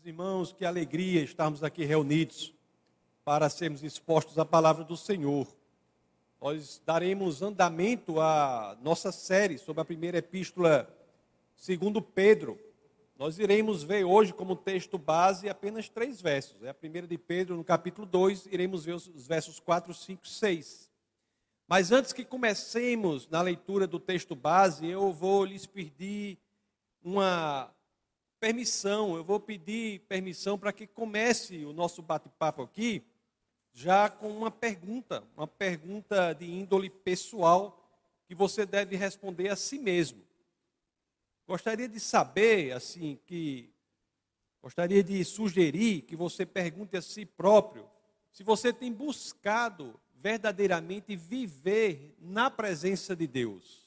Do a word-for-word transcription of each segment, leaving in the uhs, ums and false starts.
Amados irmãos, que alegria estarmos aqui reunidos para sermos expostos à palavra do Senhor. Nós daremos andamento à nossa série sobre a primeira epístola segundo Pedro. Nós iremos ver hoje como texto base apenas três versos. É a primeira de Pedro, no capítulo dois, iremos ver os versos quatro, cinco e seis. Mas antes que comecemos na leitura do texto base, eu vou lhes pedir uma permissão, eu vou pedir permissão para que comece o nosso bate-papo aqui, já com uma pergunta, uma pergunta de índole pessoal, que você deve responder a si mesmo. Gostaria de saber, assim, que, gostaria de sugerir que você pergunte a si próprio, se você tem buscado verdadeiramente viver na presença de Deus.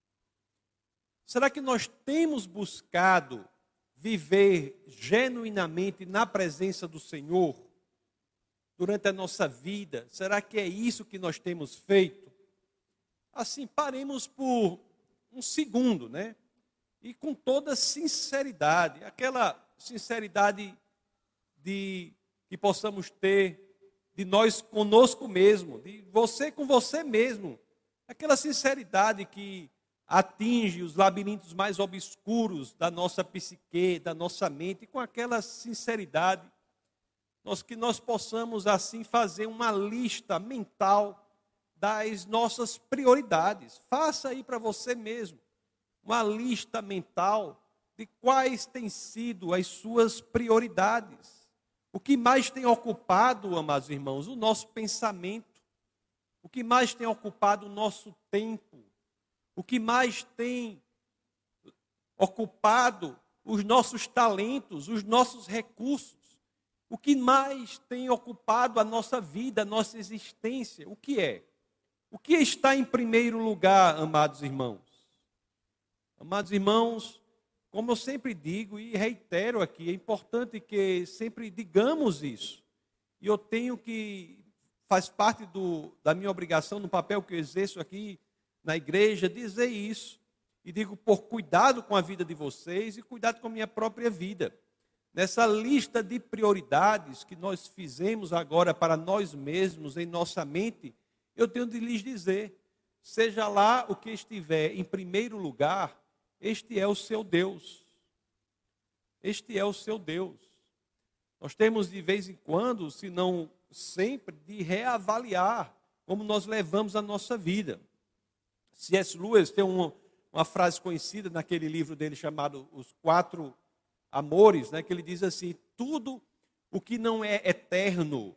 Será que nós temos buscado viver genuinamente na presença do Senhor durante a nossa vida? Será que é isso que nós temos feito? Assim, paremos por um segundo, né? E com toda sinceridade, aquela sinceridade de que possamos ter de nós conosco mesmo, de você com você mesmo, aquela sinceridade que atinge os labirintos mais obscuros da nossa psique, da nossa mente, e com aquela sinceridade, nós, que nós possamos assim fazer uma lista mental das nossas prioridades. Faça aí para você mesmo uma lista mental de quais têm sido as suas prioridades. O que mais tem ocupado, amados irmãos, o nosso pensamento, o que mais tem ocupado o nosso tempo, o que mais tem ocupado os nossos talentos, os nossos recursos, o que mais tem ocupado a nossa vida, a nossa existência, o que é? O que está em primeiro lugar, amados irmãos? Amados irmãos, como eu sempre digo e reitero aqui, é importante que sempre digamos isso. E eu tenho que, faz parte do, da minha obrigação, no papel que eu exerço aqui na igreja, dizer isso. E digo por cuidado com a vida de vocês e cuidado com a minha própria vida. Nessa lista de prioridades que nós fizemos agora para nós mesmos, em nossa mente, eu tenho de lhes dizer, seja lá o que estiver em primeiro lugar, este é o seu Deus. Este é o seu Deus. Nós temos de vez em quando, se não sempre, de reavaliar como nós levamos a nossa vida. C S Lewis tem uma, uma frase conhecida naquele livro dele chamado Os Quatro Amores, né, que ele diz assim: tudo o que não é eterno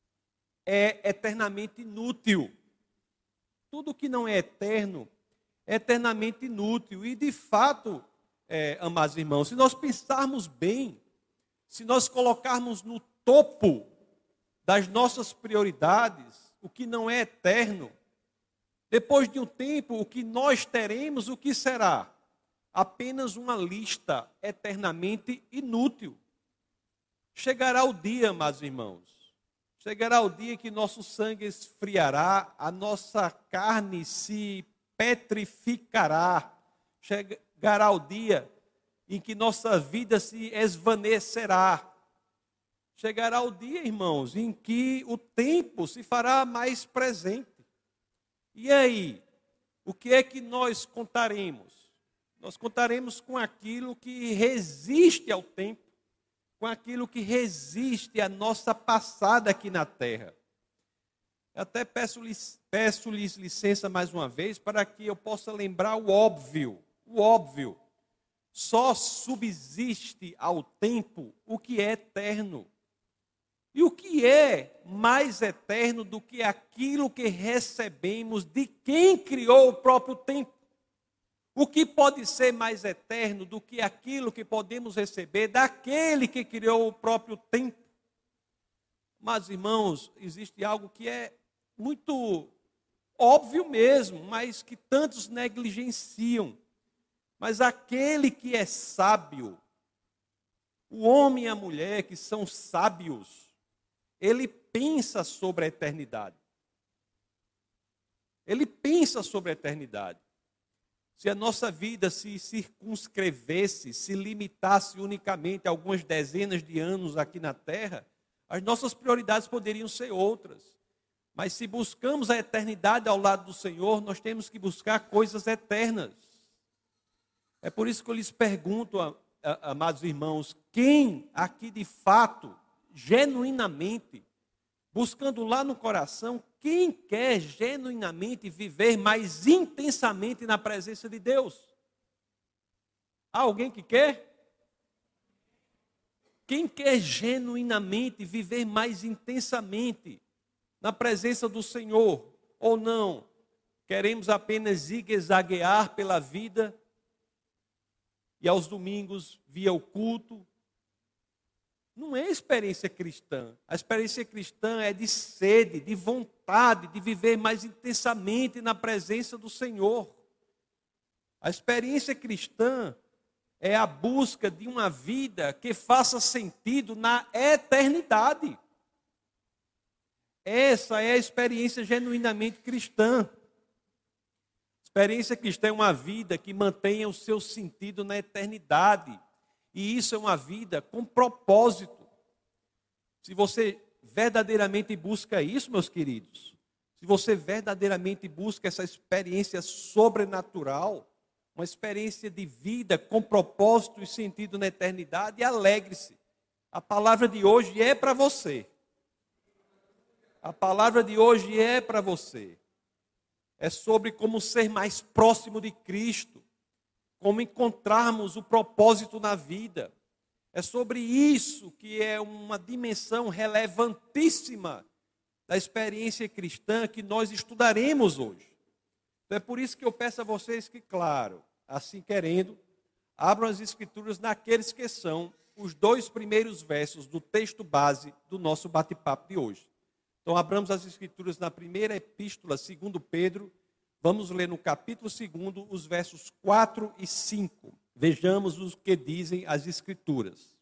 é eternamente inútil. Tudo o que não é eterno é eternamente inútil. E de fato, é, amados irmãos, se nós pensarmos bem, se nós colocarmos no topo das nossas prioridades o que não é eterno, depois de um tempo, o que nós teremos, o que será? Apenas uma lista eternamente inútil. Chegará o dia, amados irmãos, chegará o dia que nosso sangue esfriará, a nossa carne se petrificará. Chegará o dia em que nossa vida se esvanecerá. Chegará o dia, irmãos, em que o tempo se fará mais presente. E aí, o que é que nós contaremos? Nós contaremos com aquilo que resiste ao tempo, com aquilo que resiste à nossa passada aqui na terra. Eu até peço-lhes, peço-lhes licença mais uma vez para que eu possa lembrar o óbvio. O óbvio. Só subsiste ao tempo o que é eterno. E o que é mais eterno do que aquilo que recebemos de quem criou o próprio tempo? O que pode ser mais eterno do que aquilo que podemos receber daquele que criou o próprio tempo? Mas, irmãos, existe algo que é muito óbvio mesmo, mas que tantos negligenciam. Mas aquele que é sábio, o homem e a mulher que são sábios, ele pensa sobre a eternidade. Ele pensa sobre a eternidade. se a nossa vida se circunscrevesse, se limitasse unicamente a algumas dezenas de anos aqui na Terra, as nossas prioridades poderiam ser outras. Mas se buscamos a eternidade ao lado do Senhor, nós temos que buscar coisas eternas. É por isso que eu lhes pergunto, amados irmãos, quem aqui de fato, genuinamente, buscando lá no coração, quem quer genuinamente viver mais intensamente na presença de Deus? Há alguém que quer? Quem quer genuinamente viver mais intensamente na presença do Senhor? Ou não? Queremos apenas zigue-zaguear pela vida e aos domingos via o culto? Não é experiência cristã. A experiência cristã é de sede, de vontade, de viver mais intensamente na presença do Senhor. A experiência cristã é a busca de uma vida que faça sentido na eternidade. Essa é a experiência genuinamente cristã. A experiência cristã é uma vida que mantenha o seu sentido na eternidade. E isso é uma vida com propósito. Se você verdadeiramente busca isso, meus queridos, se você verdadeiramente busca essa experiência sobrenatural, uma experiência de vida com propósito e sentido na eternidade, alegre-se. A palavra de hoje é para você. A palavra de hoje é para você. É sobre como ser mais próximo de Cristo, como encontrarmos o propósito na vida. É sobre isso que é uma dimensão relevantíssima da experiência cristã que nós estudaremos hoje. Então é por isso que eu peço a vocês que, claro, assim querendo, abram as Escrituras naqueles que são os dois primeiros versos do texto base do nosso bate-papo de hoje. Então abramos as Escrituras na primeira epístola, segundo Pedro. Vamos ler no capítulo dois, os versos quatro e cinco. Vejamos o que dizem as Escrituras.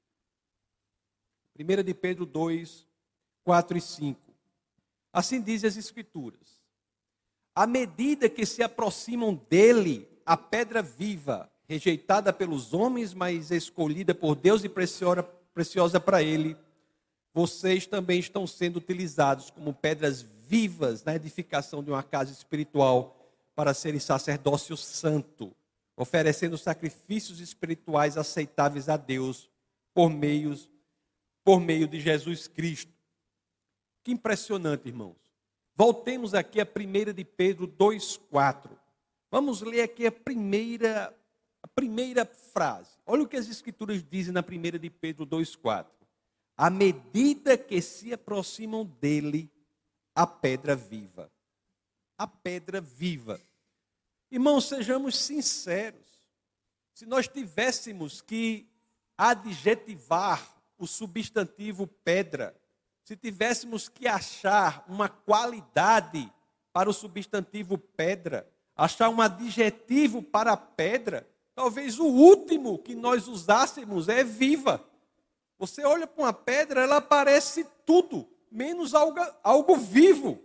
primeira de Pedro dois, quatro e cinco. Assim dizem as Escrituras. À medida que se aproximam dele, a pedra viva, rejeitada pelos homens, mas escolhida por Deus e preciosa, preciosa para ele, vocês também estão sendo utilizados como pedras vivas na edificação de uma casa espiritual, para serem sacerdócio santo, oferecendo sacrifícios espirituais aceitáveis a Deus por meio, por meio de Jesus Cristo. Que impressionante, irmãos. Voltemos aqui a primeira de Pedro dois, quatro. Vamos ler aqui a primeira, a primeira frase. Olha o que as Escrituras dizem na primeira de Pedro dois, quatro. À medida que se aproximam dele, a pedra viva. A pedra viva. Irmãos, sejamos sinceros. Se nós tivéssemos que adjetivar o substantivo pedra, se tivéssemos que achar uma qualidade para o substantivo pedra, achar um adjetivo para a pedra, talvez o último que nós usássemos é viva. Você olha para uma pedra, ela parece tudo, menos algo, algo vivo.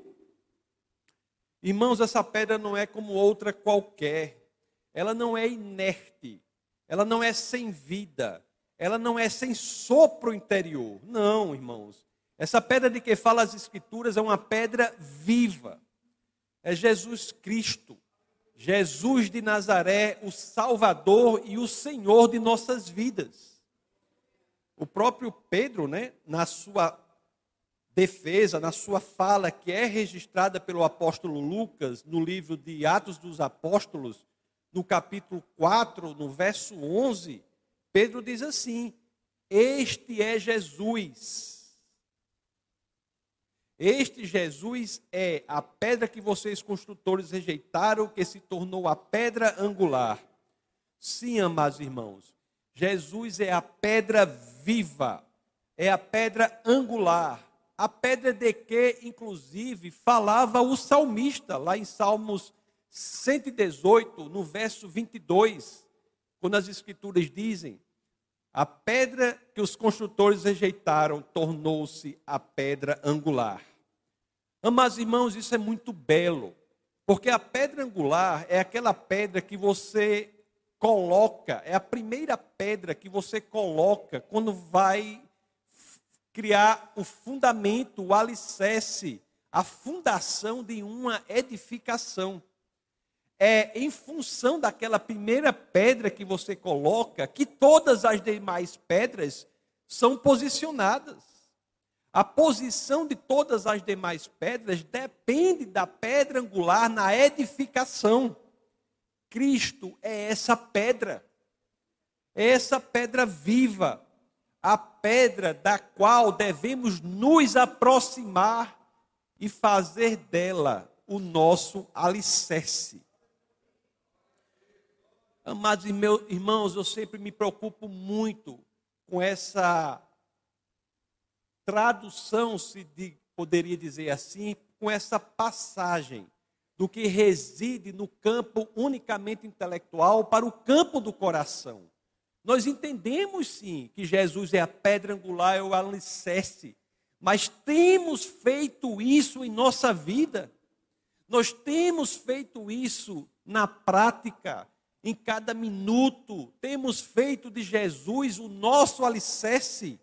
Irmãos, essa pedra não é como outra qualquer. Ela não é inerte. Ela não é sem vida. Ela não é sem sopro interior. Não, irmãos. Essa pedra de que fala as Escrituras é uma pedra viva. É Jesus Cristo. Jesus de Nazaré, o Salvador e o Senhor de nossas vidas. O próprio Pedro, né, na sua defesa, na sua fala, que é registrada pelo apóstolo Lucas, no livro de Atos dos Apóstolos, no capítulo quatro, no verso onze, Pedro diz assim: este é Jesus. Este Jesus é a pedra que vocês construtores rejeitaram, que se tornou a pedra angular. Sim, amados irmãos, Jesus é a pedra viva, é a pedra angular. A pedra de que, inclusive, falava o salmista, lá em Salmos cento e dezoito, no verso vinte e dois, quando as Escrituras dizem: a pedra que os construtores rejeitaram tornou-se a pedra angular. Amados irmãos, isso é muito belo. Porque a pedra angular é aquela pedra que você coloca, é a primeira pedra que você coloca quando vai criar o fundamento, o alicerce, a fundação de uma edificação. É em função daquela primeira pedra que você coloca que todas as demais pedras são posicionadas. A posição de todas as demais pedras depende da pedra angular na edificação. Cristo é essa pedra, é essa pedra viva, a pedra da qual devemos nos aproximar e fazer dela o nosso alicerce. Amados irmãos, eu sempre me preocupo muito com essa tradução, se poderia dizer assim, com essa passagem do que reside no campo unicamente intelectual para o campo do coração. Nós entendemos sim que Jesus é a pedra angular, é o alicerce, mas temos feito isso em nossa vida? Nós temos feito isso na prática, em cada minuto? Temos feito de Jesus o nosso alicerce?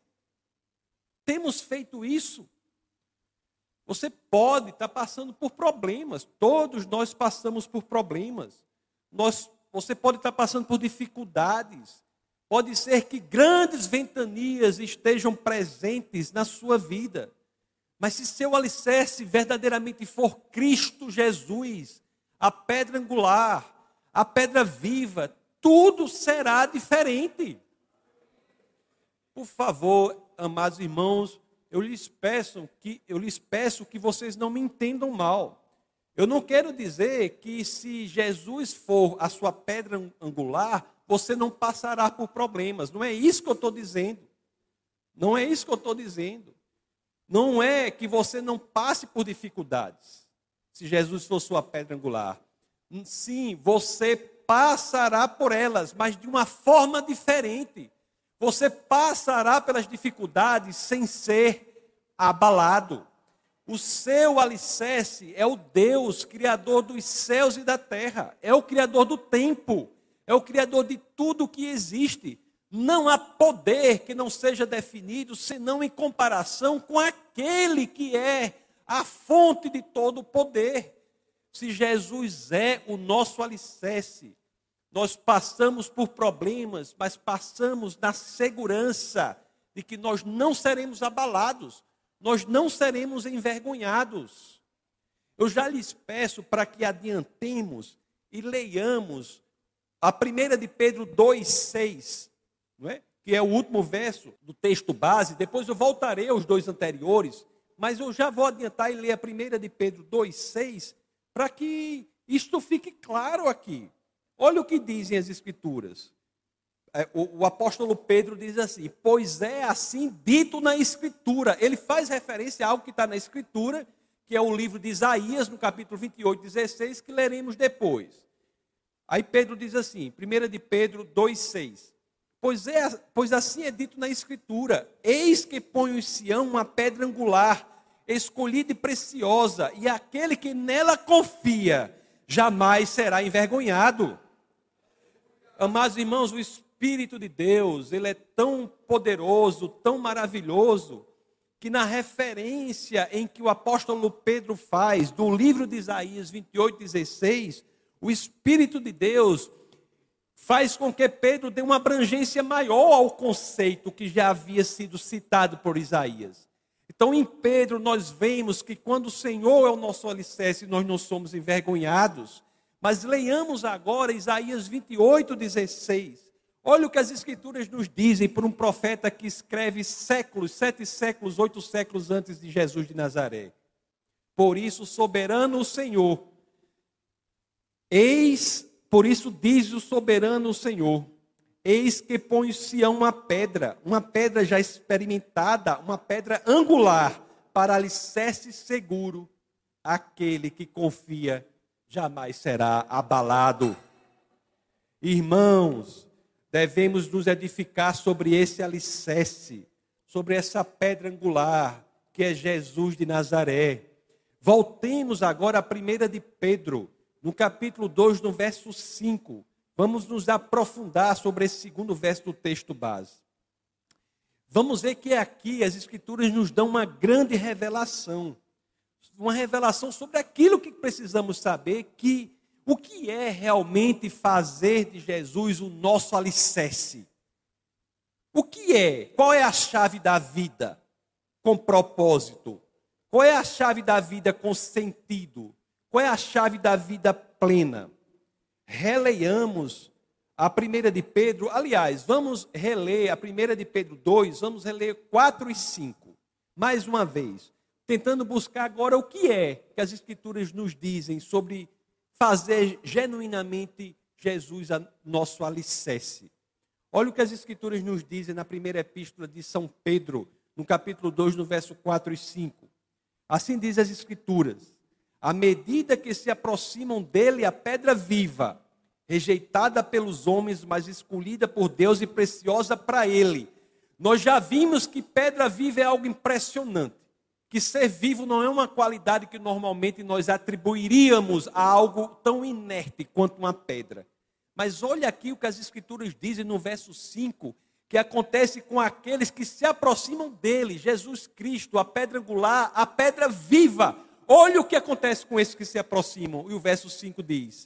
Temos feito isso? Você pode estar passando por problemas, todos nós passamos por problemas. Nós, você pode estar passando por dificuldades. Pode ser que grandes ventanias estejam presentes na sua vida. Mas se seu alicerce verdadeiramente for Cristo Jesus, a pedra angular, a pedra viva, tudo será diferente. Por favor, amados irmãos, eu lhes peço que, eu lhes peço que vocês não me entendam mal. Eu não quero dizer que se Jesus for a sua pedra angular, você não passará por problemas. Não é isso que eu estou dizendo. Não é isso que eu estou dizendo. Não é que você não passe por dificuldades, se Jesus for sua pedra angular. Sim, você passará por elas, mas de uma forma diferente. Você passará pelas dificuldades sem ser abalado. O seu alicerce é o Deus, Criador dos céus e da terra. É o Criador do tempo. É o Criador de tudo que existe. Não há poder que não seja definido, senão em comparação com aquele que é a fonte de todo o poder. Se Jesus é o nosso alicerce, nós passamos por problemas, mas passamos na segurança de que nós não seremos abalados, nós não seremos envergonhados. Eu já lhes peço para que adiantemos e leiamos a primeira de Pedro dois, seis, não é? Que é o último verso do texto base. Depois eu voltarei aos dois anteriores, mas eu já vou adiantar e ler a primeira de Pedro dois, seis, para que isto fique claro aqui. Olha o que dizem as Escrituras. O, o apóstolo Pedro diz assim: pois é assim dito na Escritura. Ele faz referência a algo que está na Escritura, que é o livro de Isaías, no capítulo vinte e oito, dezesseis, que leremos depois. Aí Pedro diz assim, primeira de Pedro dois, seis. Pois, é, pois assim é dito na Escritura: eis que ponho em Sião uma pedra angular, escolhida e preciosa, e aquele que nela confia jamais será envergonhado. Amados irmãos, o Espírito de Deus, ele é tão poderoso, tão maravilhoso, que na referência em que o apóstolo Pedro faz, do livro de Isaías vinte e oito, dezesseis, o Espírito de Deus faz com que Pedro dê uma abrangência maior ao conceito que já havia sido citado por Isaías. Então, em Pedro, nós vemos que quando o Senhor é o nosso alicerce, nós não somos envergonhados. Mas leiamos agora Isaías vinte e oito, dezesseis. Olha o que as Escrituras nos dizem por um profeta que escreve séculos, sete séculos, oito séculos antes de Jesus de Nazaré. Por isso, soberano o Senhor, eis, por isso diz o soberano Senhor, eis que põe em Sião uma pedra, uma pedra já experimentada, uma pedra angular, para alicerce seguro, aquele que confia jamais será abalado. Irmãos, devemos nos edificar sobre esse alicerce, sobre essa pedra angular, que é Jesus de Nazaré. Voltemos agora à primeira de Pedro, no capítulo dois, no verso cinco. Vamos nos aprofundar sobre esse segundo verso do texto base. Vamos ver que aqui as Escrituras nos dão uma grande revelação. Uma revelação sobre aquilo que precisamos saber, que o que é realmente fazer de Jesus o nosso alicerce. O que é? Qual é a chave da vida com propósito? Qual é a chave da vida com sentido? Qual é a chave da vida plena? Releiamos a primeira de Pedro. Aliás, vamos reler a primeira de Pedro dois, vamos reler quatro e cinco. Mais uma vez, tentando buscar agora o que é que as Escrituras nos dizem sobre fazer genuinamente Jesus a nosso alicerce. Olha o que as Escrituras nos dizem na primeira epístola de São Pedro, no capítulo dois, no verso quatro e cinco. Assim diz as Escrituras: à medida que se aproximam dele a pedra viva, rejeitada pelos homens, mas escolhida por Deus e preciosa para ele. Nós já vimos que pedra viva é algo impressionante, que ser vivo não é uma qualidade que normalmente nós atribuiríamos a algo tão inerte quanto uma pedra. Mas olha aqui o que as Escrituras dizem no verso cinco, que acontece com aqueles que se aproximam dele, Jesus Cristo, a pedra angular, a pedra viva. Olha o que acontece com esses que se aproximam. E o verso cinco diz: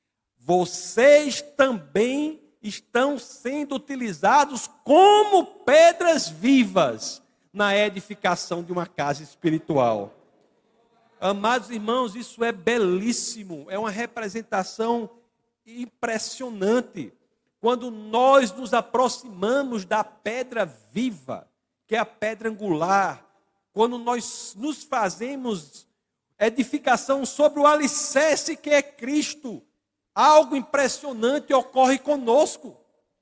vocês também estão sendo utilizados como pedras vivas na edificação de uma casa espiritual. Amados irmãos, isso é belíssimo, é uma representação impressionante. Quando nós nos aproximamos da pedra viva, que é a pedra angular, quando nós nos fazemos edificação sobre o alicerce que é Cristo, algo impressionante ocorre conosco.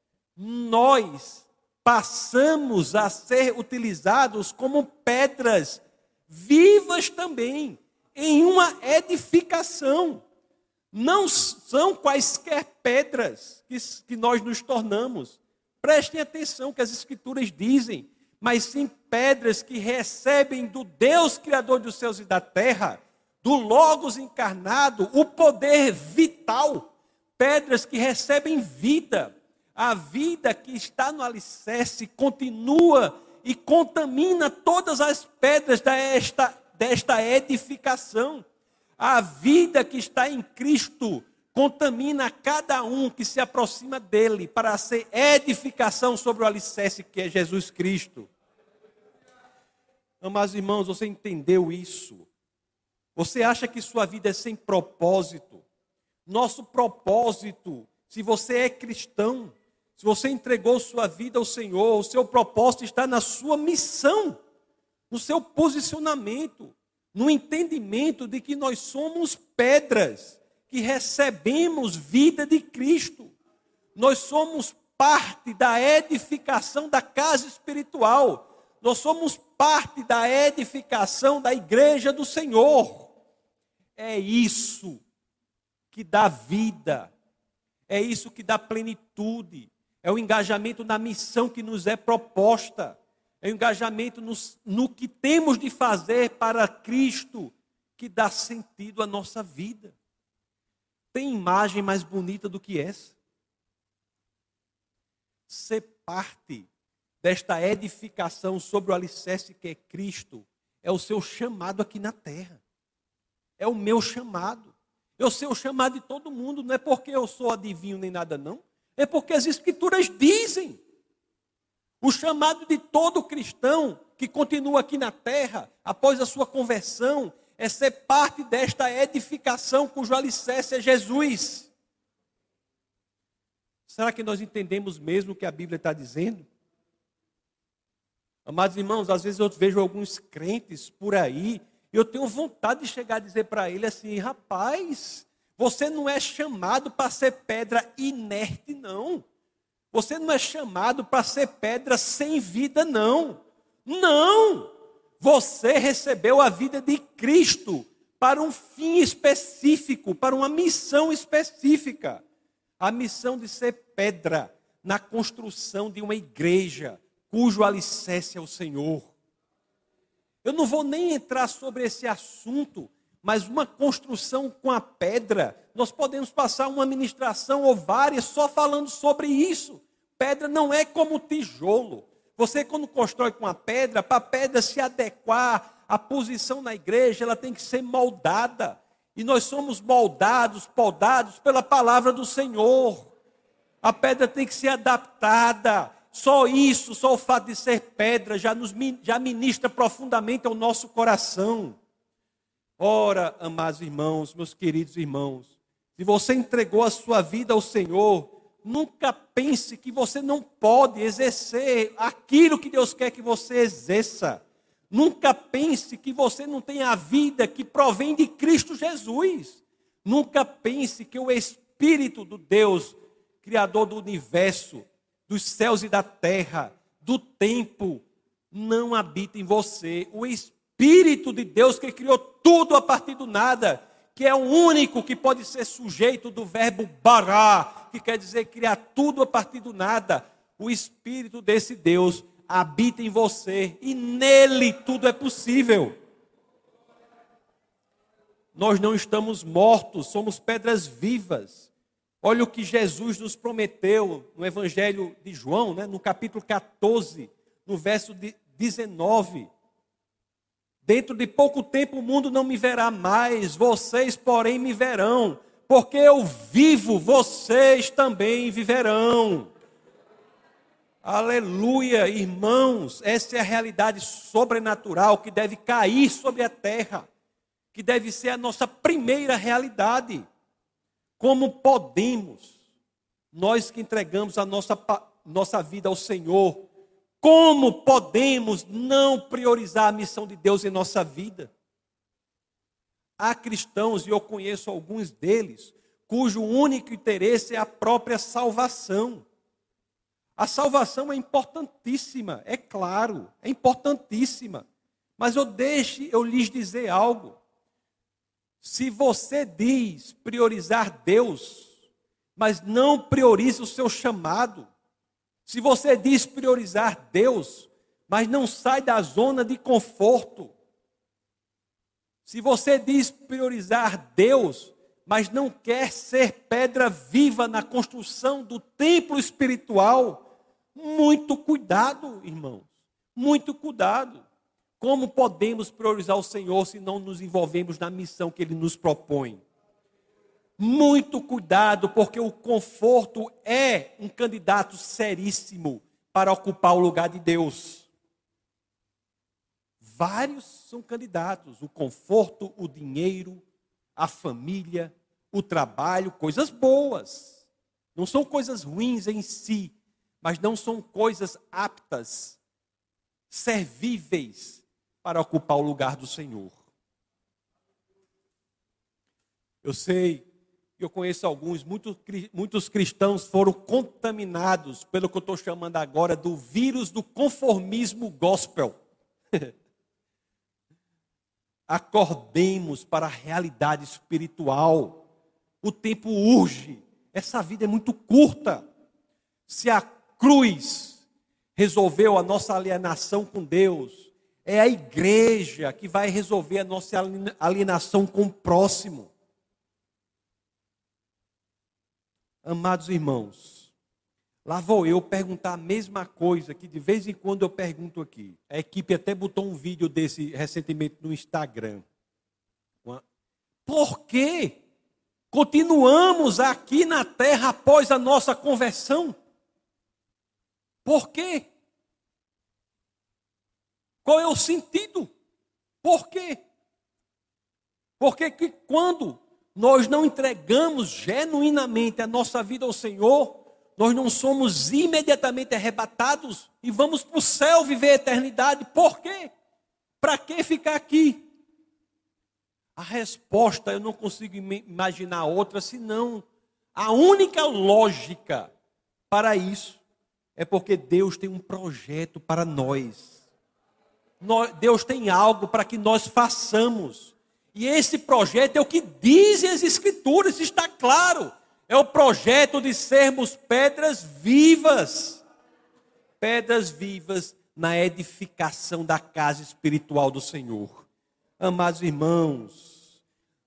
Nós passamos a ser utilizados como pedras vivas também, em uma edificação. Não são quaisquer pedras que, que nós nos tornamos. Prestem atenção que as Escrituras dizem, mas sim pedras que recebem do Deus Criador dos céus e da terra, do Logos encarnado, o poder vital. Pedras que recebem vida. A vida que está no alicerce continua e contamina todas as pedras desta, desta edificação. A vida que está em Cristo contamina cada um que se aproxima dele para ser edificação sobre o alicerce que é Jesus Cristo. Amados irmãos, você entendeu isso? Você acha que sua vida é sem propósito? Nosso propósito, se você é cristão, se você entregou sua vida ao Senhor, o seu propósito está na sua missão, no seu posicionamento, no entendimento de que nós somos pedras, que recebemos vida de Cristo. Nós somos parte da edificação da casa espiritual. Nós somos parte da edificação da igreja do Senhor. É isso que dá vida. É isso que dá plenitude. É o engajamento na missão que nos é proposta. É o engajamento no, no que temos de fazer para Cristo que dá sentido à nossa vida. Tem imagem mais bonita do que essa? Ser parte desta edificação sobre o alicerce que é Cristo é o seu chamado aqui na terra. É o meu chamado. Eu sei o chamado de todo mundo, não é porque eu sou adivinho nem nada não. É porque as Escrituras dizem. O chamado de todo cristão que continua aqui na terra, após a sua conversão, é ser parte desta edificação cujo alicerce é Jesus. Será que nós entendemos mesmo o que a Bíblia está dizendo? Amados irmãos, às vezes eu vejo alguns crentes por aí, e eu tenho vontade de chegar a dizer para ele assim: rapaz, você não é chamado para ser pedra inerte, não. Você não é chamado para ser pedra sem vida, não. Não! Você recebeu a vida de Cristo para um fim específico, para uma missão específica. A missão de ser pedra na construção de uma igreja cujo alicerce é o Senhor. Eu não vou nem entrar sobre esse assunto, mas uma construção com a pedra, nós podemos passar uma ministração ou várias só falando sobre isso. Pedra não é como tijolo. Você, quando constrói com a pedra, para a pedra se adequar à posição na igreja, ela tem que ser moldada. E nós somos moldados, podados pela palavra do Senhor. A pedra tem que ser adaptada. Só isso, só o fato de ser pedra, já, nos, já ministra profundamente ao nosso coração. Ora, amados irmãos, meus queridos irmãos, se você entregou a sua vida ao Senhor, nunca pense que você não pode exercer aquilo que Deus quer que você exerça. Nunca pense que você não tem a vida que provém de Cristo Jesus. Nunca pense que o Espírito do Deus, Criador do universo, dos céus e da terra, do tempo, não habita em você. O Espírito de Deus que criou tudo a partir do nada, que é o único que pode ser sujeito do verbo bará, que quer dizer criar tudo a partir do nada. O Espírito desse Deus habita em você e nele tudo é possível. Nós não estamos mortos, somos pedras vivas. Olha o que Jesus nos prometeu no Evangelho de João, né, no capítulo catorze, no verso dezenove. Dentro de pouco tempo o mundo não me verá mais, vocês, porém, me verão. Porque eu vivo, vocês também viverão. Aleluia, irmãos. Essa é a realidade sobrenatural que deve cair sobre a terra. Que deve ser a nossa primeira realidade. Como podemos, nós que entregamos a nossa, nossa vida ao Senhor, como podemos não priorizar a missão de Deus em nossa vida? Há cristãos, e eu conheço alguns deles, cujo único interesse é a própria salvação. A salvação é importantíssima, é claro, é importantíssima. Mas eu deixe eu lhes dizer algo. Se você diz priorizar Deus, mas não prioriza o seu chamado, se você diz priorizar Deus, mas não sai da zona de conforto, se você diz priorizar Deus, mas não quer ser pedra viva na construção do templo espiritual, muito cuidado, irmãos, muito cuidado. Como podemos priorizar o Senhor se não nos envolvemos na missão que Ele nos propõe? Muito cuidado, porque o conforto é um candidato seríssimo para ocupar o lugar de Deus. Vários são candidatos: o conforto, o dinheiro, a família, o trabalho, coisas boas. Não são coisas ruins em si, mas não são coisas aptas, servíveis para ocupar o lugar do Senhor. Eu sei, eu conheço alguns, muitos, muitos cristãos foram contaminados pelo que eu estou chamando agora do vírus do conformismo gospel. Acordemos para a realidade espiritual. O tempo urge. Essa vida é muito curta. Se a cruz resolveu a nossa alienação com Deus, é a igreja que vai resolver a nossa alienação com o próximo. Amados irmãos, lá vou eu perguntar a mesma coisa que de vez em quando eu pergunto aqui. A equipe até botou um vídeo desse recentemente no Instagram. Por que continuamos aqui na terra após a nossa conversão? Por quê? Qual é o sentido? Por quê? Porque que quando nós não entregamos genuinamente a nossa vida ao Senhor, nós não somos imediatamente arrebatados e vamos para o céu viver a eternidade. Por quê? Para que ficar aqui? A resposta eu não consigo imaginar outra, senão a única lógica para isso é porque Deus tem um projeto para nós. Deus tem algo para que nós façamos. E esse projeto é o que dizem as Escrituras, está claro. É o projeto de sermos pedras vivas. Pedras vivas na edificação da casa espiritual do Senhor. Amados irmãos,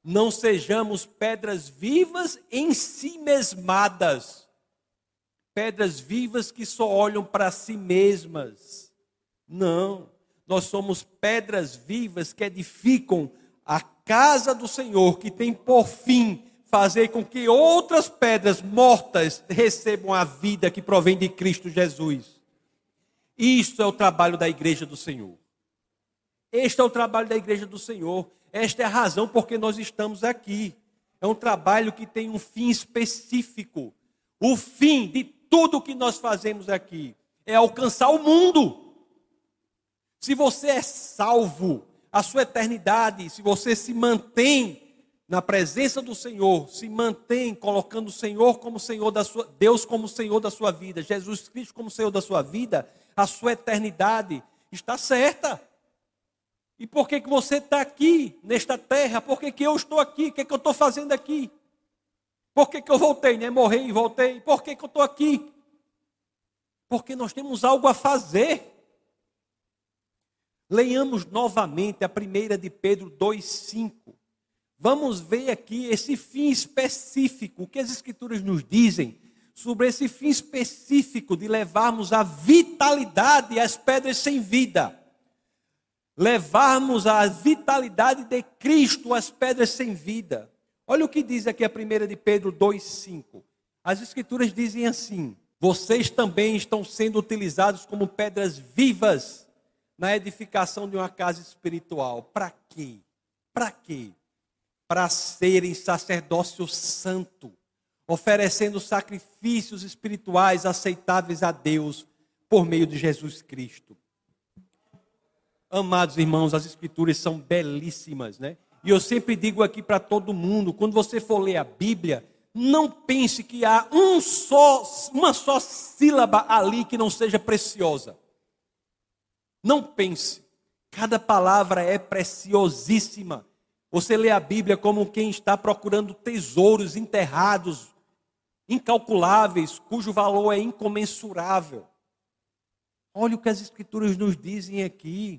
Não sejamos pedras vivas em si mesmadas. Pedras vivas que só olham para si mesmas. Não, nós somos pedras vivas que edificam a casa do Senhor, que tem por fim fazer com que outras pedras mortas recebam a vida que provém de Cristo Jesus. Isso é o trabalho da igreja do Senhor. Este é o trabalho da igreja do Senhor. Esta é a razão por que nós estamos aqui. É um trabalho que tem um fim específico. O fim de tudo que nós fazemos aqui é alcançar o mundo. Se você é salvo, a sua eternidade, se você se mantém na presença do Senhor, se mantém colocando o Senhor como Senhor da sua, Deus como Senhor da sua vida, Jesus Cristo como Senhor da sua vida, a sua eternidade está certa. E por que que você está aqui, nesta terra? Por que que eu estou aqui? O que que eu estou fazendo aqui? Por que que eu voltei, né? Morri e voltei. Por que que eu estou aqui? Porque nós temos algo a fazer. Leiamos novamente a primeira de Pedro dois, cinco. Vamos ver aqui esse fim específico, o que as Escrituras nos dizem sobre esse fim específico de levarmos a vitalidade às pedras sem vida. Levarmos a vitalidade de Cristo às pedras sem vida. Olha o que diz aqui a primeira de Pedro dois, cinco. As Escrituras dizem assim: vocês também estão sendo utilizados como pedras vivas na edificação de uma casa espiritual. Para quê? Para quê? Para serem sacerdócio santo, oferecendo sacrifícios espirituais aceitáveis a Deus por meio de Jesus Cristo. Amados irmãos, as Escrituras são belíssimas, né? E eu sempre digo aqui para todo mundo, quando você for ler a Bíblia, não pense que há um só, uma só sílaba ali que não seja preciosa. Não pense. Cada palavra é preciosíssima. Você lê a Bíblia como quem está procurando tesouros enterrados, incalculáveis, cujo valor é incomensurável. Olha o que as Escrituras nos dizem aqui.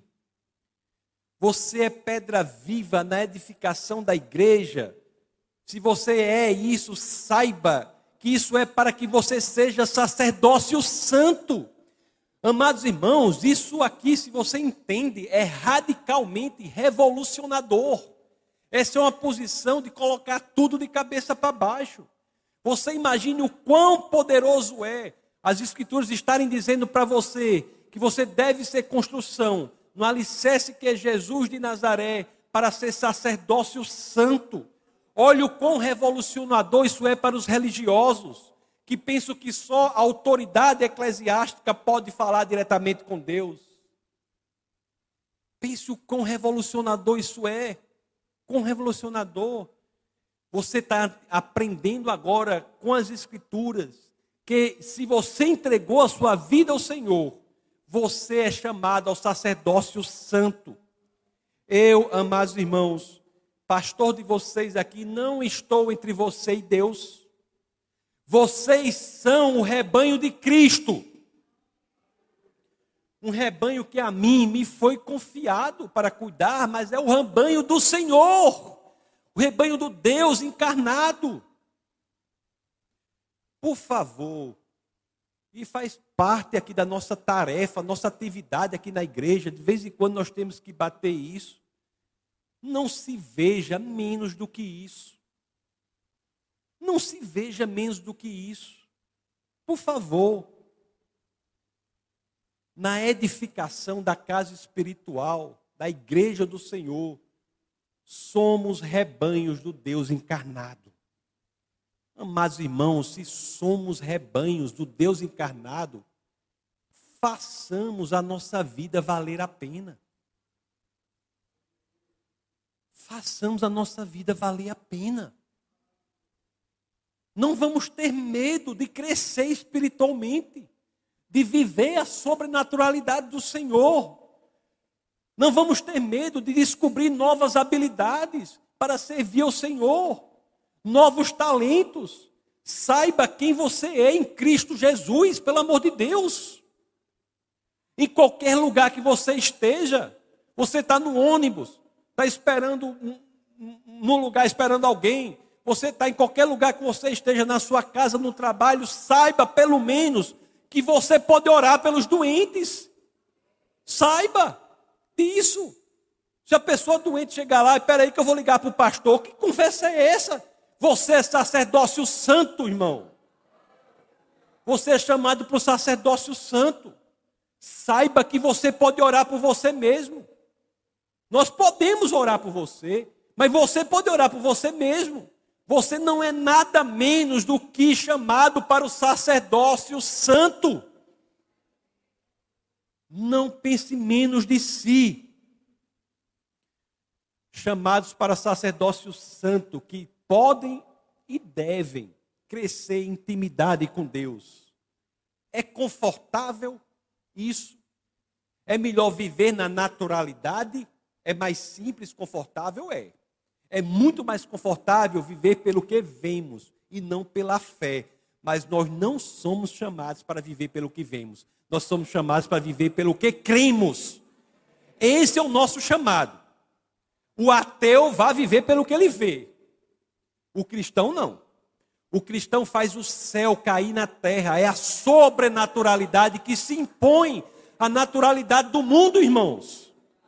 Você é pedra viva na edificação da igreja. Se você é isso, saiba que isso é para que você seja sacerdócio santo. Amados irmãos, isso aqui, se você entende, é radicalmente revolucionador. Essa é uma posição de colocar tudo de cabeça para baixo. Você imagine o quão poderoso é as Escrituras estarem dizendo para você que você deve ser construção no alicerce que é Jesus de Nazaré, para ser sacerdócio santo. Olha o quão revolucionador isso é para os religiosos, que pensam que só a autoridade eclesiástica pode falar diretamente com Deus. Pense o quão revolucionador isso é. Quão revolucionador. Você está aprendendo agora com as Escrituras que se você entregou a sua vida ao Senhor, você é chamado ao sacerdócio santo. Eu, amados irmãos, pastor de vocês aqui, não estou entre você e Deus. Vocês são o rebanho de Cristo. Um rebanho que a mim me foi confiado para cuidar, mas é o rebanho do Senhor. O rebanho do Deus encarnado. Por favor, e faz parte aqui da nossa tarefa, nossa atividade aqui na igreja, de vez em quando nós temos que bater isso. Não se veja menos do que isso. Não se veja menos do que isso. Por favor. Na edificação da casa espiritual, da igreja do Senhor, somos rebanhos do Deus encarnado. Amados irmãos, se somos rebanhos do Deus encarnado, façamos a nossa vida valer a pena. Façamos a nossa vida valer a pena. Não vamos ter medo de crescer espiritualmente, de viver a sobrenaturalidade do Senhor. Não vamos ter medo de descobrir novas habilidades para servir ao Senhor, novos talentos. Saiba quem você é em Cristo Jesus, pelo amor de Deus. Em qualquer lugar que você esteja, você está no ônibus, está esperando um, num lugar esperando alguém, você está em qualquer lugar que você esteja, na sua casa, no trabalho, saiba pelo menos que você pode orar pelos doentes. Saiba disso. Se a pessoa doente chegar lá, espera aí que eu vou ligar para o pastor, que conversa é essa? Você é sacerdócio santo, irmão. Você é chamado para o sacerdócio santo. Saiba que você pode orar por você mesmo. Nós podemos orar por você, mas você pode orar por você mesmo. Você não é nada menos do que chamado para o sacerdócio santo. Não pense menos de si. Chamados para sacerdócio santo, que podem e devem crescer em intimidade com Deus. É confortável isso? É melhor viver na naturalidade? É mais simples, confortável? É. É muito mais confortável viver pelo que vemos e não pela fé. Mas nós não somos chamados para viver pelo que vemos. Nós somos chamados para viver pelo que cremos. Esse é o nosso chamado. O ateu vai viver pelo que ele vê. O cristão não. O cristão faz o céu cair na terra. É a sobrenaturalidade que se impõe à naturalidade do mundo, irmãos.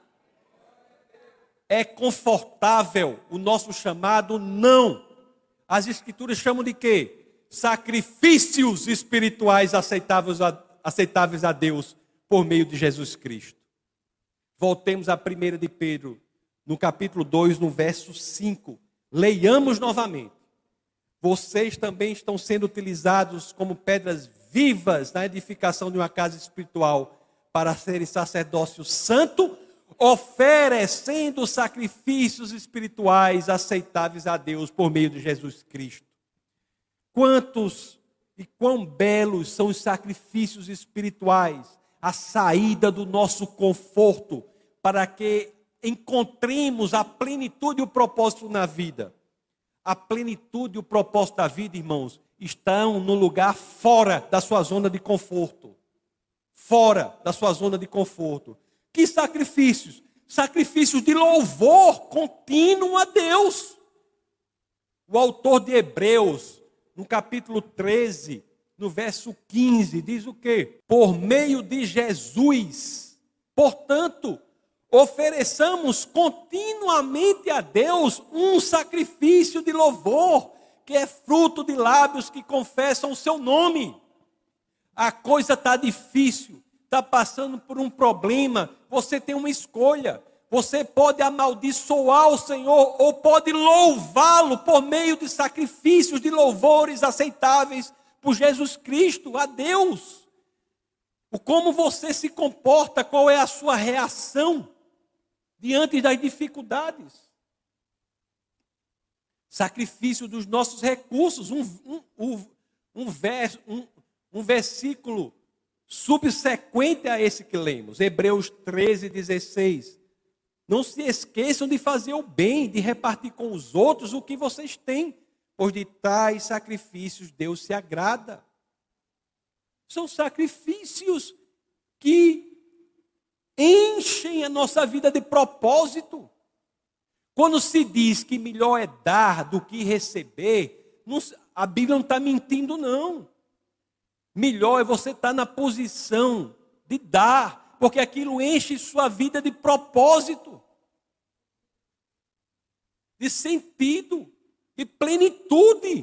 É confortável o nosso chamado? Não. As escrituras chamam de quê? Sacrifícios espirituais aceitáveis a, aceitáveis a Deus por meio de Jesus Cristo. Voltemos à primeira de Pedro, no capítulo dois, no verso cinco. Leiamos novamente. Vocês também estão sendo utilizados como pedras vivas na edificação de uma casa espiritual para serem sacerdócio santo, oferecendo sacrifícios espirituais aceitáveis a Deus por meio de Jesus Cristo. Quantos e quão belos são os sacrifícios espirituais, a saída do nosso conforto, para que encontremos a plenitude e o propósito na vida. A plenitude e o propósito da vida, irmãos, estão no lugar fora da sua zona de conforto. Fora da sua zona de conforto. Que sacrifícios? Sacrifícios de louvor contínuo a Deus. O autor de Hebreus, no capítulo treze, no verso quinze, diz o quê? Por meio de Jesus, portanto, ofereçamos continuamente a Deus um sacrifício de louvor, que é fruto de lábios que confessam o seu nome. A coisa está difícil, está passando por um problema, você tem uma escolha. Você pode amaldiçoar o Senhor ou pode louvá-lo por meio de sacrifícios de louvores aceitáveis por Jesus Cristo, a Deus. O como você se comporta, qual é a sua reação diante das dificuldades. Sacrifício dos nossos recursos, um, um, um, um, vers, um, um versículo subsequente a esse que lemos, Hebreus treze, dezesseis. Não se esqueçam de fazer o bem, de repartir com os outros o que vocês têm, pois de tais sacrifícios Deus se agrada. São sacrifícios que enchem a nossa vida de propósito. Quando se diz que melhor é dar do que receber, não, a Bíblia não está mentindo, não. Melhor é você estar na posição de dar, porque aquilo enche sua vida de propósito, de sentido, de plenitude.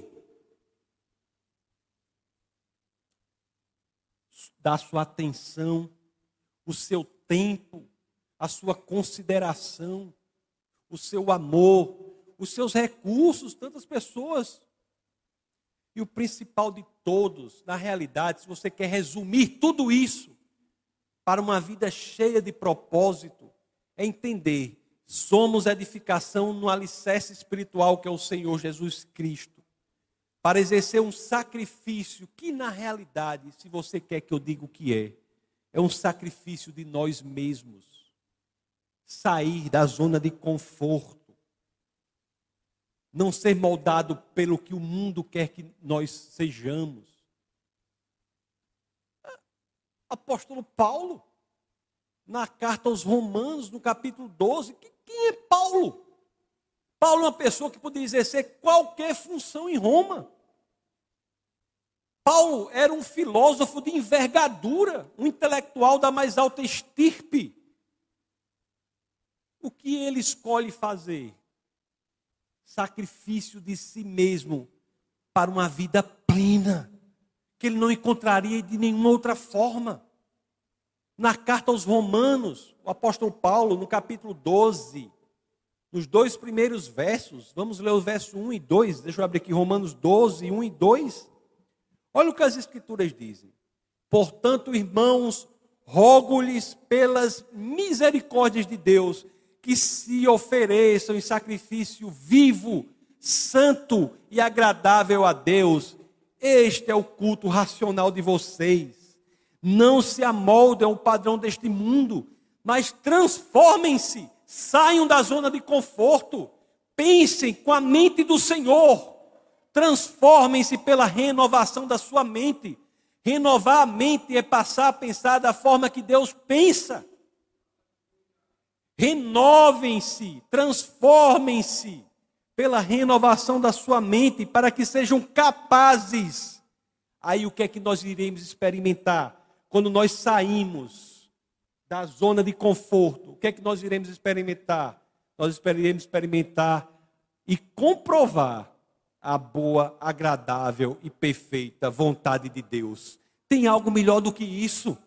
Dá sua atenção, o seu tempo, a sua consideração, o seu amor, os seus recursos, tantas pessoas. E o principal de todos, na realidade, se você quer resumir tudo isso para uma vida cheia de propósito, é entender, somos edificação no alicerce espiritual que é o Senhor Jesus Cristo, para exercer um sacrifício que na realidade, se você quer que eu diga o que é, é um sacrifício de nós mesmos. Sair da zona de conforto. Não ser moldado pelo que o mundo quer que nós sejamos. Apóstolo Paulo, na carta aos Romanos, no capítulo doze, quem é Paulo? Paulo é uma pessoa que podia exercer qualquer função em Roma. Paulo era um filósofo de envergadura, um intelectual da mais alta estirpe. O que ele escolhe fazer? Sacrifício de si mesmo para uma vida plena, que ele não encontraria de nenhuma outra forma. Na carta aos Romanos, o apóstolo Paulo, no capítulo doze, nos dois primeiros versos, vamos ler o verso um e dois, deixa eu abrir aqui, Romanos doze, um e dois. Olha o que as Escrituras dizem. Portanto, irmãos, rogo-lhes pelas misericórdias de Deus, que se ofereçam em sacrifício vivo, santo e agradável a Deus. Este é o culto racional de vocês. Não se amoldem ao padrão deste mundo, mas transformem-se, saiam da zona de conforto, pensem com a mente do Senhor, transformem-se pela renovação da sua mente. Renovar a mente é passar a pensar da forma que Deus pensa. Renovem-se, transformem-se pela renovação da sua mente, para que sejam capazes. Aí o que é que nós iremos experimentar? Quando nós saímos da zona de conforto, o que é que nós iremos experimentar? Nós iremos experimentar e comprovar a boa, agradável e perfeita vontade de Deus. Tem algo melhor do que isso?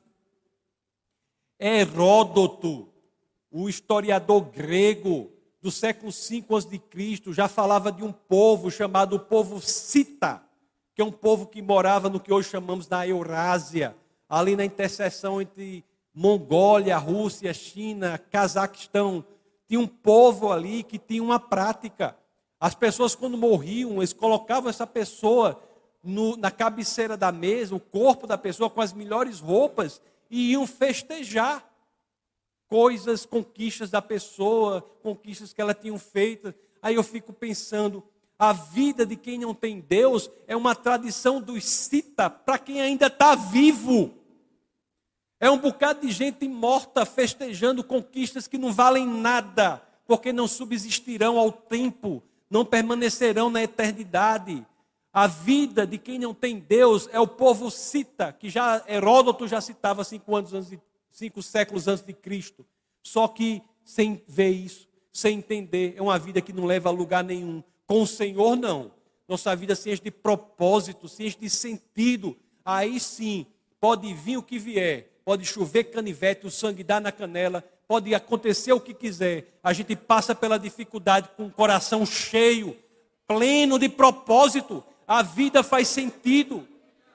Heródoto, o historiador grego do século cinco antes de Cristo, já falava de um povo chamado povo Cita, que é um povo que morava no que hoje chamamos da Eurásia, ali na interseção entre Mongólia, Rússia, China, Cazaquistão. Tinha um povo ali que tinha uma prática. As pessoas, quando morriam, eles colocavam essa pessoa no, na cabeceira da mesa, o corpo da pessoa com as melhores roupas, e iam festejar coisas, conquistas da pessoa, conquistas que ela tinha feito. Aí eu fico pensando, a vida de quem não tem Deus é uma tradição dos Cita para quem ainda está vivo. É um bocado de gente morta festejando conquistas que não valem nada, porque não subsistirão ao tempo, não permanecerão na eternidade. A vida de quem não tem Deus é o povo Cita, que já Heródoto já citava cinco anos antes de cinco séculos antes de Cristo, só que sem ver isso, sem entender, é uma vida que não leva a lugar nenhum. Com o Senhor não, nossa vida se enche de propósito, se enche de sentido. Aí sim, pode vir o que vier, pode chover canivete, o sangue dar na canela, pode acontecer o que quiser, a gente passa pela dificuldade com o coração cheio, pleno de propósito, a vida faz sentido.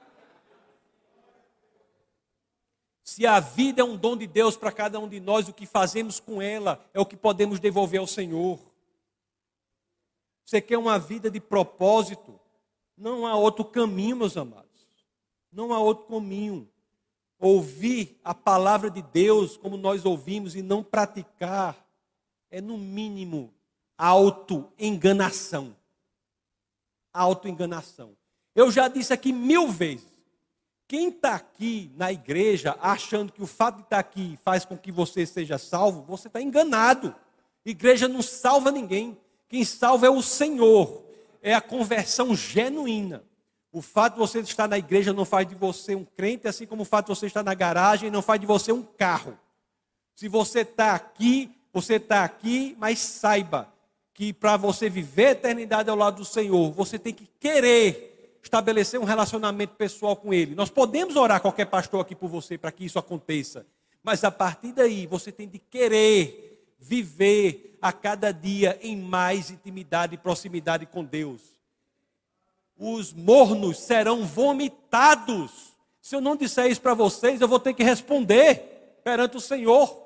Se a vida é um dom de Deus para cada um de nós, o que fazemos com ela é o que podemos devolver ao Senhor. Você quer uma vida de propósito? Não há outro caminho, meus amados. Não há outro caminho. Ouvir a palavra de Deus como nós ouvimos e não praticar é, no mínimo, auto-enganação. Auto-enganação. Eu já disse aqui mil vezes. Quem está aqui na igreja achando que o fato de estar aqui faz com que você seja salvo, você está enganado. Igreja não salva ninguém. Quem salva é o Senhor. É a conversão genuína. O fato de você estar na igreja não faz de você um crente, assim como o fato de você estar na garagem não faz de você um carro. Se você está aqui, você está aqui, mas saiba que para você viver a eternidade ao lado do Senhor, você tem que querer estabelecer um relacionamento pessoal com Ele. Nós podemos orar qualquer pastor aqui por você para que isso aconteça, mas a partir daí você tem de querer viver a cada dia em mais intimidade e proximidade com Deus. Os mornos serão vomitados. Se eu não disser isso para vocês, eu vou ter que responder perante o Senhor.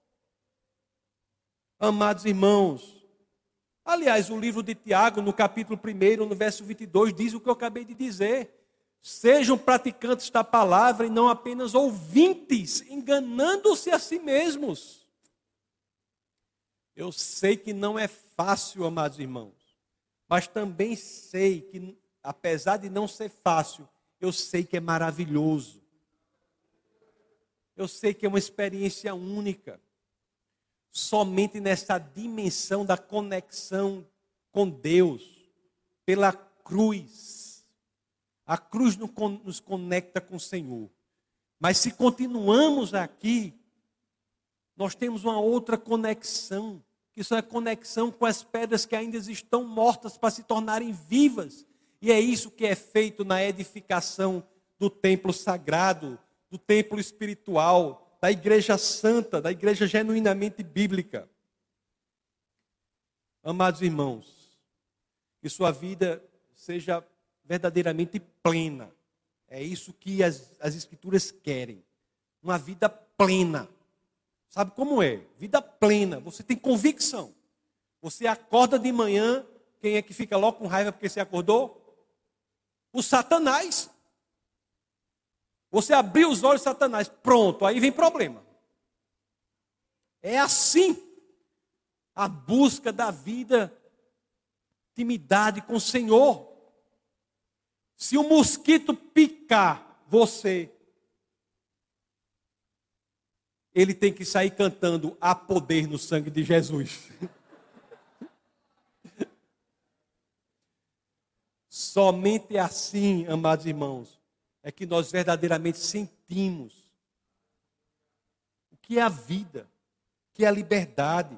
Amados irmãos, aliás, o livro de Tiago, no capítulo um, no verso vinte e dois, diz o que eu acabei de dizer. Sejam praticantes da palavra e não apenas ouvintes, enganando-se a si mesmos. Eu sei que não é fácil, amados irmãos, mas também sei que, apesar de não ser fácil, eu sei que é maravilhoso. Eu sei que é uma experiência única. Somente nessa dimensão da conexão com Deus pela cruz. A cruz nos conecta com o Senhor. Mas se continuamos aqui, nós temos uma outra conexão, que isso é a conexão com as pedras que ainda estão mortas para se tornarem vivas. E é isso que é feito na edificação do templo sagrado, do templo espiritual, da igreja santa, da igreja genuinamente bíblica. Amados irmãos, que sua vida seja verdadeiramente plena. É isso que as, as Escrituras querem. Uma vida plena. Sabe como é? Vida plena. Você tem convicção. Você acorda de manhã, quem é que fica logo com raiva porque você acordou? O Satanás. Você abriu os olhos, Satanás. Pronto, aí vem problema. É assim. A busca da vida, intimidade com o Senhor. Se o mosquito picar você, ele tem que sair cantando: há poder no sangue de Jesus. Somente assim, amados irmãos, é que nós verdadeiramente sentimos o que é a vida, o que é a liberdade.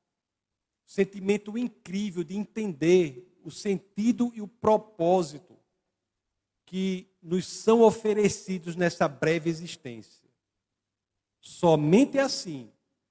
O sentimento incrível de entender o sentido e o propósito que nos são oferecidos nessa breve existência. Somente assim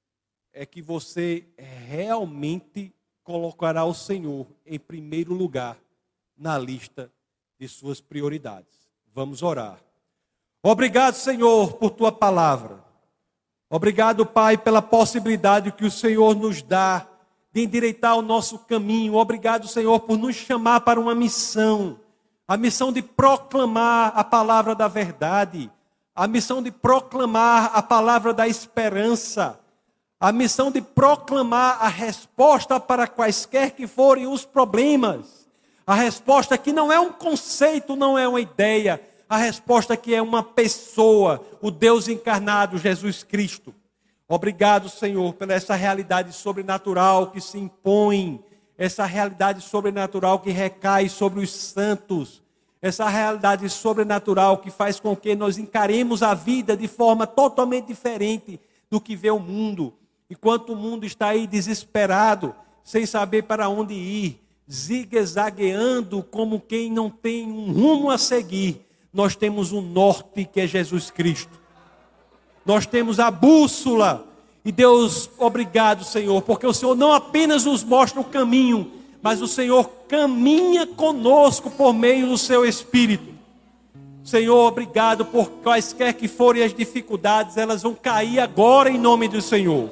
é que você realmente colocará o Senhor em primeiro lugar na lista de suas prioridades. Vamos orar. Obrigado, Senhor, por tua palavra. Obrigado, Pai, pela possibilidade que o Senhor nos dá de endireitar o nosso caminho. Obrigado, Senhor, por nos chamar para uma missão. A missão de proclamar a palavra da verdade. A missão de proclamar a palavra da esperança. A missão de proclamar a resposta para quaisquer que forem os problemas. A resposta que não é um conceito, não é uma ideia. A resposta que é uma pessoa, o Deus encarnado, Jesus Cristo. Obrigado, Senhor, pela essa realidade sobrenatural que se impõe, essa realidade sobrenatural que recai sobre os santos, essa realidade sobrenatural que faz com que nós encaremos a vida de forma totalmente diferente do que vê o mundo. Enquanto o mundo está aí desesperado, sem saber para onde ir, zigue-zagueando como quem não tem um rumo a seguir, nós temos um norte que é Jesus Cristo. Nós temos a bússola. E Deus, obrigado, Senhor, porque o Senhor não apenas nos mostra o caminho, mas o Senhor caminha conosco por meio do seu Espírito. Senhor, obrigado por quaisquer que forem as dificuldades, elas vão cair agora em nome do Senhor.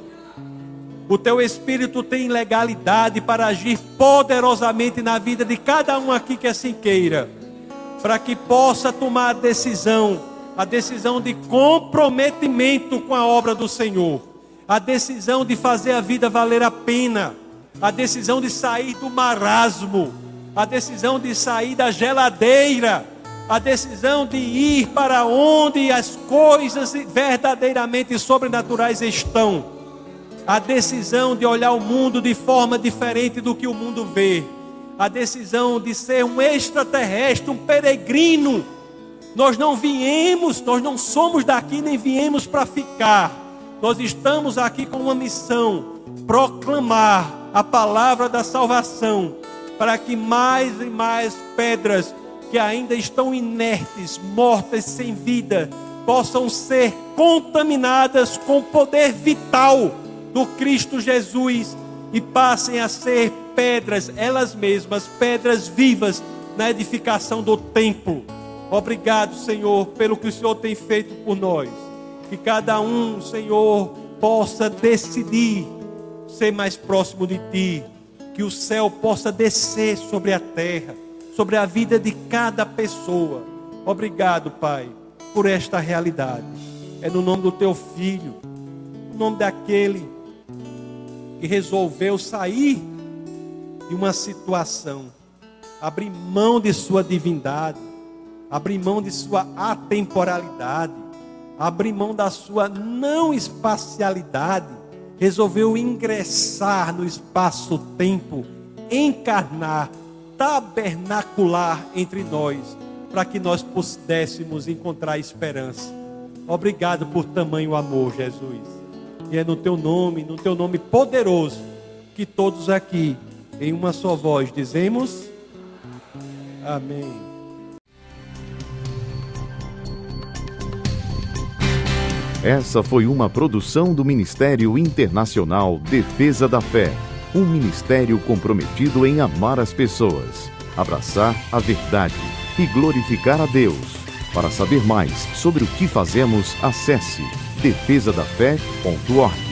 O teu Espírito tem legalidade para agir poderosamente na vida de cada um aqui que assim queira, para que possa tomar a decisão, a decisão de comprometimento com a obra do Senhor, a decisão de fazer a vida valer a pena, a decisão de sair do marasmo, a decisão de sair da geladeira, a decisão de ir para onde as coisas verdadeiramente sobrenaturais estão, a decisão de olhar o mundo de forma diferente do que o mundo vê, a decisão de ser um extraterrestre, um peregrino. Nós não viemos, nós não somos daqui nem viemos para ficar. Nós estamos aqui com uma missão: proclamar a palavra da salvação, para que mais e mais pedras que ainda estão inertes, mortas, sem vida, possam ser contaminadas com o poder vital do Cristo Jesus e passem a ser pedras, elas mesmas, pedras vivas na edificação do templo. Obrigado, Senhor, pelo que o Senhor tem feito por nós. Que cada um, Senhor, possa decidir ser mais próximo de Ti. Que o céu possa descer sobre a terra, sobre a vida de cada pessoa. Obrigado, Pai, por esta realidade. É no nome do Teu Filho, no nome daquele que resolveu sair de uma situação, abrir mão de sua divindade, abrir mão de sua atemporalidade, abrir mão da sua não espacialidade, resolveu ingressar no espaço-tempo encarnar, tabernacular entre nós, para que nós pudéssemos encontrar esperança. Obrigado por tamanho amor, Jesus. E é no teu nome, no teu nome poderoso, que todos aqui, em uma só voz, dizemos amém. Essa foi uma produção do Ministério Internacional Defesa da Fé, um ministério comprometido em amar as pessoas, abraçar a verdade e glorificar a Deus. Para saber mais sobre o que fazemos, acesse defesa da fé ponto org.